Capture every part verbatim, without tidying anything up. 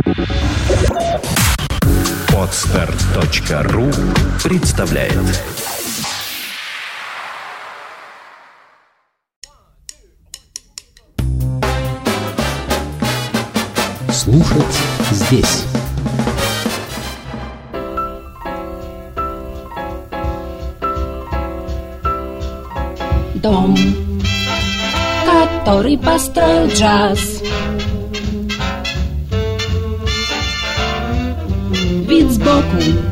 Подстер точка ру представляет. Слушать здесь. Дом, который построил джаз. Вид сбоку.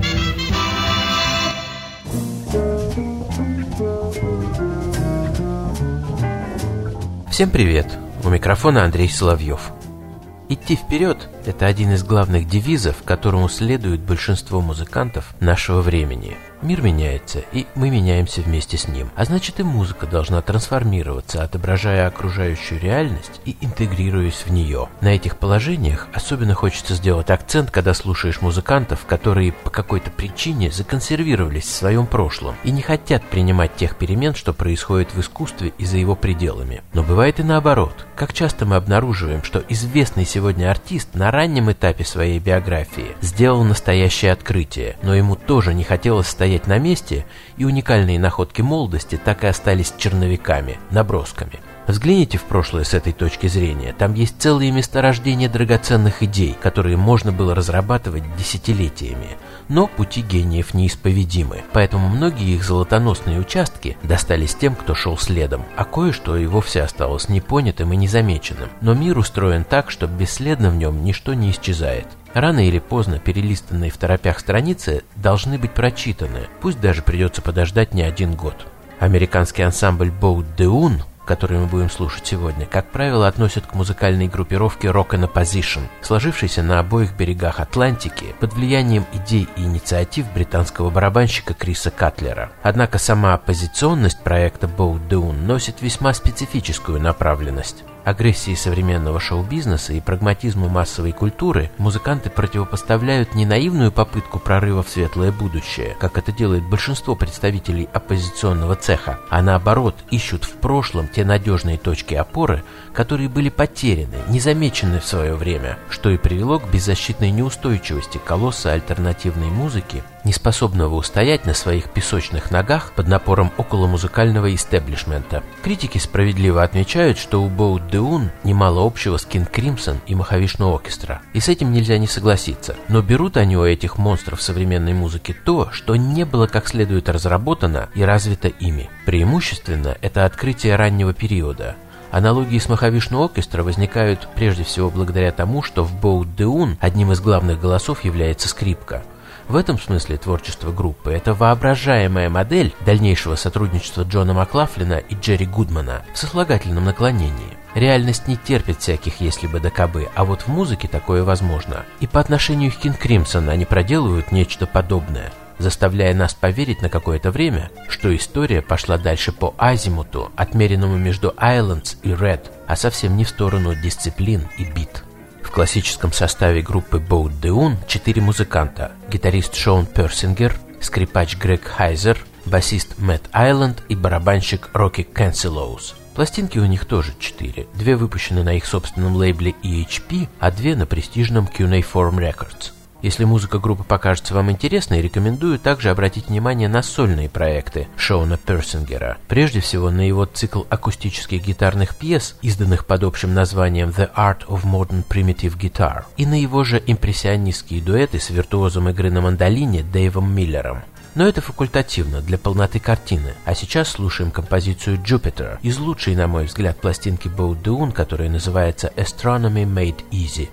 Всем привет! У микрофона Андрей Соловьев. Идти вперед – это один из главных девизов, которому следует большинство музыкантов нашего времени. Мир меняется, и мы меняемся вместе с ним. А значит, и музыка должна трансформироваться, отображая окружающую реальность и интегрируясь в нее. На этих положениях особенно хочется сделать акцент, когда слушаешь музыкантов, которые по какой-то причине законсервировались в своем прошлом и не хотят принимать тех перемен, что происходит в искусстве и за его пределами. Но бывает и наоборот. Как часто мы обнаруживаем, что известный сегодня артист на раннем этапе своей биографии сделал настоящее открытие, но ему тоже не хотелось стоять на месте, и уникальные находки молодости так и остались черновиками, набросками. Взгляните в прошлое с этой точки зрения. Там есть целые месторождения драгоценных идей, которые можно было разрабатывать десятилетиями. Но пути гениев неисповедимы, поэтому многие их золотоносные участки достались тем, кто шел следом, а кое-что и вовсе осталось непонятым и незамеченным. Но мир устроен так, что бесследно в нем ничто не исчезает. Рано или поздно перелистанные в торопях страницы должны быть прочитаны, пусть даже придется подождать не один год. Американский ансамбль Boat Deune, который мы будем слушать сегодня, как правило, относят к музыкальной группировке Rock and Opposition, сложившейся на обоих берегах Атлантики под влиянием идей и инициатив британского барабанщика Криса Катлера. Однако сама оппозиционность проекта Boat Deune носит весьма специфическую направленность. Агрессии современного шоу-бизнеса и прагматизму массовой культуры музыканты противопоставляют не наивную попытку прорыва в светлое будущее, как это делает большинство представителей оппозиционного цеха, а наоборот ищут в прошлом те надежные точки опоры, которые были потеряны, незамечены в свое время, что и привело к беззащитной неустойчивости колосса альтернативной музыки, неспособного устоять на своих песочных ногах под напором околомузыкального истеблишмента. Критики справедливо отмечают, что у Boat Deune немало общего с King Crimson и Mahavishnu Orchestra, и с этим нельзя не согласиться. Но берут они у этих монстров современной музыки то, что не было как следует разработано и развито ими. Преимущественно это открытие раннего периода. Аналогии с Mahavishnu Orchestra возникают прежде всего благодаря тому, что в Boat Deune одним из главных голосов является скрипка. В этом смысле творчество группы – это воображаемая модель дальнейшего сотрудничества Джона Маклафлина и Джерри Гудмана в сослагательном наклонении. Реальность не терпит всяких «если бы да кабы», а вот в музыке такое возможно. И по отношению к King Crimson они проделывают нечто подобное, заставляя нас поверить на какое-то время, что история пошла дальше по азимуту, отмеренному между Islands и Red, а совсем не в сторону дисциплин и бит. В классическом составе группы Boat Deune четыре музыканта: гитарист Шон Персингер, скрипач Грег Хайзер, басист Мэтт Айленд и барабанщик Рокки Кенселоус. Пластинки у них тоже четыре. Две выпущены на их собственном лейбле и эйч пи, а две на престижном Cuneiform Records. Если музыка группы покажется вам интересной, рекомендую также обратить внимание на сольные проекты Шона Персингера. Прежде всего на его цикл акустических гитарных пьес, изданных под общим названием The Art of Modern Primitive Guitar, и на его же импрессионистские дуэты с виртуозом игры на мандолине Дэйвом Миллером. Но это факультативно, для полноты картины. А сейчас слушаем композицию Jupiter из лучшей, на мой взгляд, пластинки Boat Deune, которая называется Astronomy Made Easy.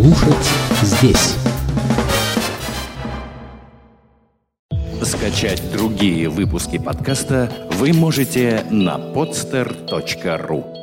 Слушать здесь. Скачать другие выпуски подкаста вы можете на podster точка ру.